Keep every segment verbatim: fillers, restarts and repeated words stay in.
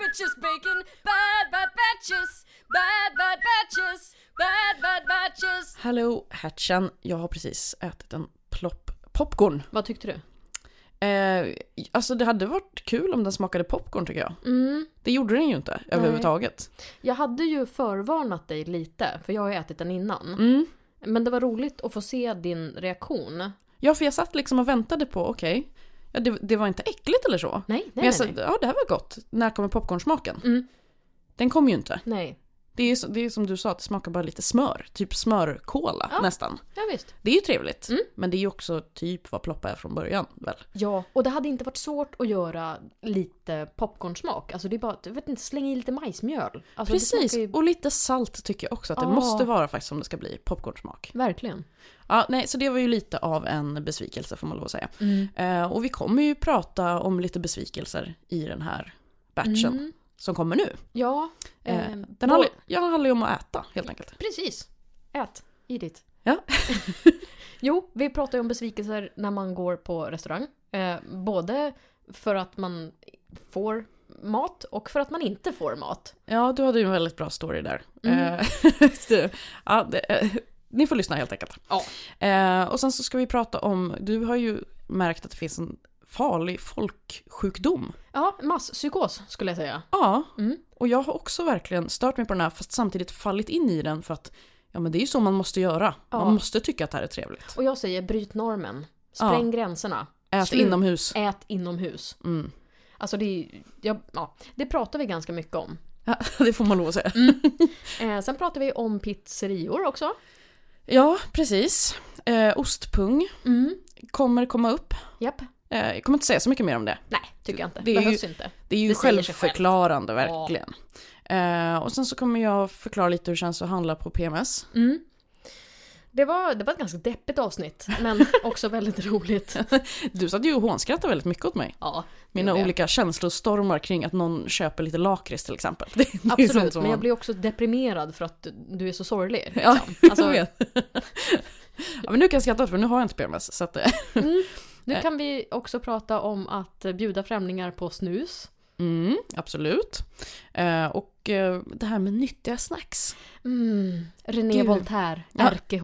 sandwiches, bacon, bad, bad batches, bad, bad batches, bad, bad batches. Hallå, Hatchen. Jag har precis ätit en plopp popcorn. Vad tyckte du? Eh, alltså det hade varit kul om den smakade popcorn tycker jag. Mm. Det gjorde den ju inte Nej. överhuvudtaget. Jag hade ju förvarnat dig lite, för jag har ju ätit den innan. Mm. Men det var roligt att få se din reaktion. Ja, för jag satt liksom och väntade på, okej, okay, ja, det, det var inte äckligt eller så. Nej, nej, Men jag sa, nej. ja det här var gott. När kommer popcornsmaken? Mm. Den kom ju inte. Nej. Det är, det är som du sa, att det smakar bara lite smör. Typ smörkola ja. nästan. Ja, visst. Det är ju trevligt. Mm. Men det är ju också typ vad ploppa är från början, väl? Ja, och det hade inte varit svårt att göra lite popcornsmak. Alltså det är bara, jag vet inte, slänga i lite majsmjöl. Alltså, precis, ju... och lite salt tycker jag också. Att det ah. måste vara faktiskt om det ska bli popcornsmak. Verkligen. Ja, nej, så det var ju lite av en besvikelse får man lov att säga. Mm. Eh, och vi kommer ju prata om lite besvikelser i den här batchen. Mm. Som kommer nu. Ja. Eh, eh, den handlar, ja, handlar ju om att äta, helt enkelt. Precis. Ät. I ditt. Ja. Jo, vi pratar ju om besvikelser när man går på restaurang. Eh, både för att man får mat och för att man inte får mat. Ja, du hade ju en väldigt bra story där. Mm. Eh, ja, det, eh, ni får lyssna helt enkelt. Ja. Eh, och sen så ska vi prata om, du har ju märkt att det finns en farlig folksjukdom. Ja, masspsykos skulle jag säga. Ja, mm. och jag har också verkligen stört mig på den här fast samtidigt fallit in i den för att ja, men det är ju så man måste göra. Ja. Man måste tycka att det här är trevligt. Och jag säger bryt normen. Spräng ja. gränserna. Ät Slut. inomhus. Ät inomhus. Mm. Alltså det, ja, ja, det pratar vi ganska mycket om. Ja, det får man lov att säga. Mm. Eh, sen pratar vi om pizzerior också. Ja, precis. Eh, ostpung mm. kommer komma upp. Japp. Eh, jag kommer inte säga så mycket mer om det. Nej, tycker jag inte. Det är behövs ju, inte. Det är ju det självförklarande, verkligen. Ja. Eh, och sen så kommer jag förklara lite hur det känns att handla på P M S. Mm. Det var, det var ett ganska deppigt avsnitt, men också väldigt roligt. Du satt ju och hånskrattade väldigt mycket åt mig. Ja, mina det. olika känslostormar kring att någon köper lite lakrits till exempel. Det, det absolut, men jag man... blir också deprimerad för att du är så sorglig. Liksom. Ja, alltså... jag vet. Ja, men nu kan jag skratta för nu har jag inte P M S. Så att... mm. Nu kan vi också prata om att bjuda främlingar på snus. Mm, absolut. Eh, och eh, det här med nyttiga snacks. Mm. René Gud. Voltaire, Ja. ärke.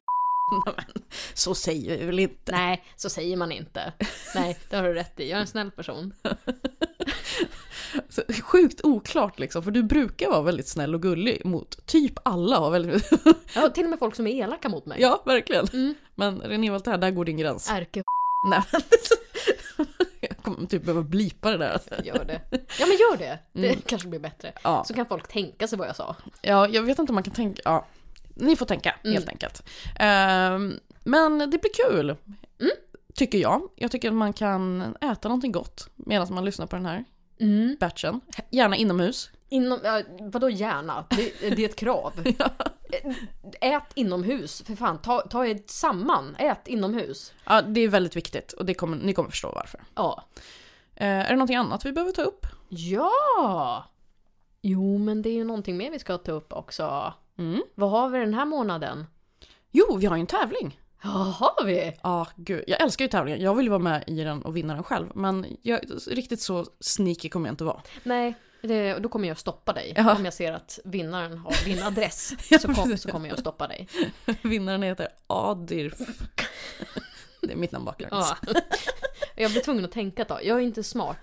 Så säger vi väl inte. Nej, så säger man inte. Nej, det har du rätt i. Jag är en snäll person. Så, sjukt oklart liksom, för du brukar vara väldigt snäll och gullig mot typ alla. Och väldigt... Ja, till och med folk som är elaka mot mig. Ja, verkligen. Mm. Men René Voltaire, där går din gräns. Ärke. Nej, men... Jag kommer typ behöva blipa det där. Gör det. Ja, men gör det. Det Mm. kanske blir bättre. Ja. Så kan folk tänka sig vad jag sa. Ja, jag vet inte om man kan tänka... Ja, ni får tänka, Mm. helt enkelt. Um, men det blir kul, mm. tycker jag. Jag tycker att man kan äta någonting gott medan man lyssnar på den här mm. batchen. Gärna inomhus. Inom, ja, vadå gärna? Det, det är ett krav. Ja. Ät inomhus, för fan. Ta, ta er samman. Ät inomhus. Ja, det är väldigt viktigt och det kommer, ni kommer förstå varför. Ja. Uh, är det någonting annat vi behöver ta upp? Ja! Jo, men det är ju någonting mer vi ska ta upp också. Mm. Vad har vi den här månaden? Jo, vi har ju en tävling. Ja, har vi? Ja, ah, gud. Jag älskar ju tävlingen. Jag vill ju vara med i den och vinna den själv. Men jag, riktigt så sneaky kommer jag inte vara. Nej, det, då kommer jag stoppa dig. Ja. Om jag ser att vinnaren har din adress Ja, så, kom, så kommer jag stoppa dig. Vinnaren heter Adirf. Det är mitt namn baklänges. Ja. Jag blir tvungen att tänka ett tag. Jag är inte smart.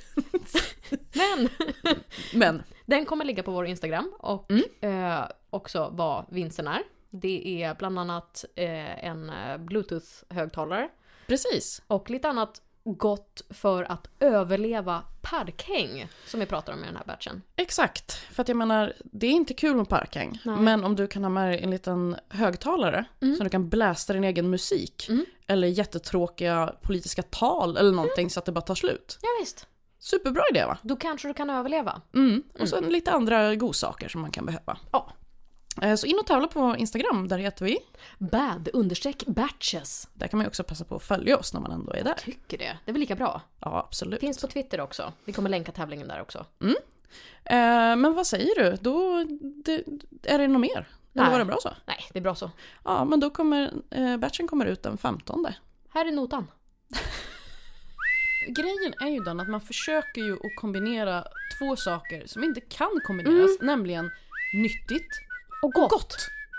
Men, Men den kommer ligga på vår Instagram och mm. eh, också vad vinsten är. Det är bland annat eh, en Bluetooth-högtalare. precis. Och lite annat gott för att överleva parkhäng som vi pratar om i den här batchen. Exakt, för att jag menar, det är inte kul med parkhäng. Nej. Men om du kan ha med en liten högtalare Mm. så du kan blästa din egen musik. Mm. Eller jättetråkiga politiska tal eller någonting mm. så att det bara tar slut. Ja visst. Superbra idé, va? Då kanske du kan överleva. Mm. Och sen lite andra godsaker som man kan behöva. Ja. Så in och tävla på Instagram, där heter vi Bad understreck batches. Där kan man ju också passa på att följa oss när man ändå är där. Jag tycker det. Det är väl lika bra. Ja, absolut. Finns på Twitter också. Vi kommer länka tävlingen där också. Mm. Eh, men vad säger du? Då det, är det något mer? Eller Nej. var det bra så? Nej, det är bra så. Ja, men då kommer eh, batchen kommer ut den femtonde. Här är notan. grejen är ju den att man försöker ju att kombinera två saker som inte kan kombineras, mm. nämligen nyttigt och gott. och gott.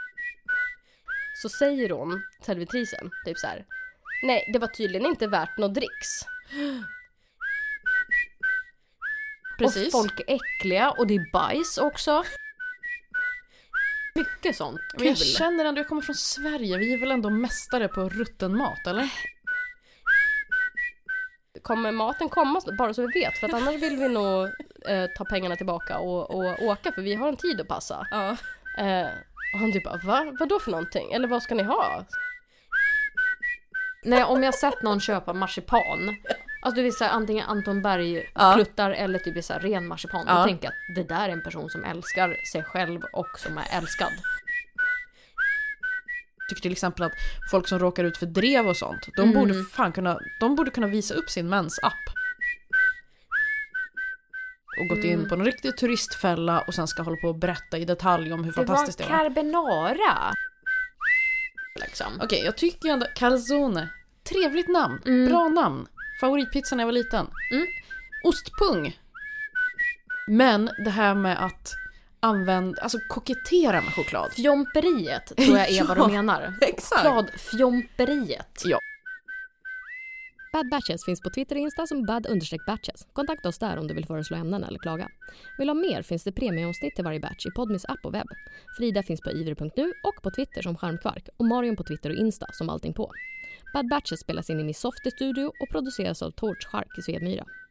Så säger hon, servitrisen, typ så här: nej, det var tydligen inte värt något dricks. Precis. Och folk är äckliga och det är bajs också. Mycket sånt. Men jag känner ändå, jag kommer från Sverige. Vi är väl ändå mästare på rutten mat, eller? Kommer maten komma bara så vi vet? För att annars vill vi nog eh, ta pengarna tillbaka och, och åka. För vi har en tid att passa. Ja. Eh, och han typ bara, va? Vad då för någonting? Eller vad ska ni ha? Nej, om jag sett någon köpa marsipan, alltså du vill säga antingen Anton Berg kluttar, ja, eller typ så här ren marsipan, ja, då tänker jag att det där är en person som älskar sig själv och som är älskad. Jag tycker till exempel att folk som råkar ut för drev och sånt, de mm. borde fan kunna, de borde kunna visa upp sin mensapp. Och gått in mm. på en riktig turistfälla och sen ska hålla på och berätta i detalj om hur det fantastiskt det var. Det var carbonara. Liksom. Okej, okay, jag tycker ändå calzone. Trevligt namn. Mm. Bra namn. Favoritpizzan när jag var liten. Mm. Ostpung. Men det här med att använda, alltså kokettera med choklad. Fjomperiet tror jag är ja, vad de menar. Exakt. Chokladfjomperiet. Ja. Bad Batches finns på Twitter och Insta som bad-batches. Kontakta oss där om du vill föreslå ämnen eller klaga. Vill du ha mer finns det premieomsnitt till varje batch i Podmis app och webb. Frida finns på ivr punkt nu och på Twitter som Charmkvark och Marion på Twitter och Insta som allting på. Bad Batches spelas in i Softy Studio och produceras av Torch Shark i Svedmyra.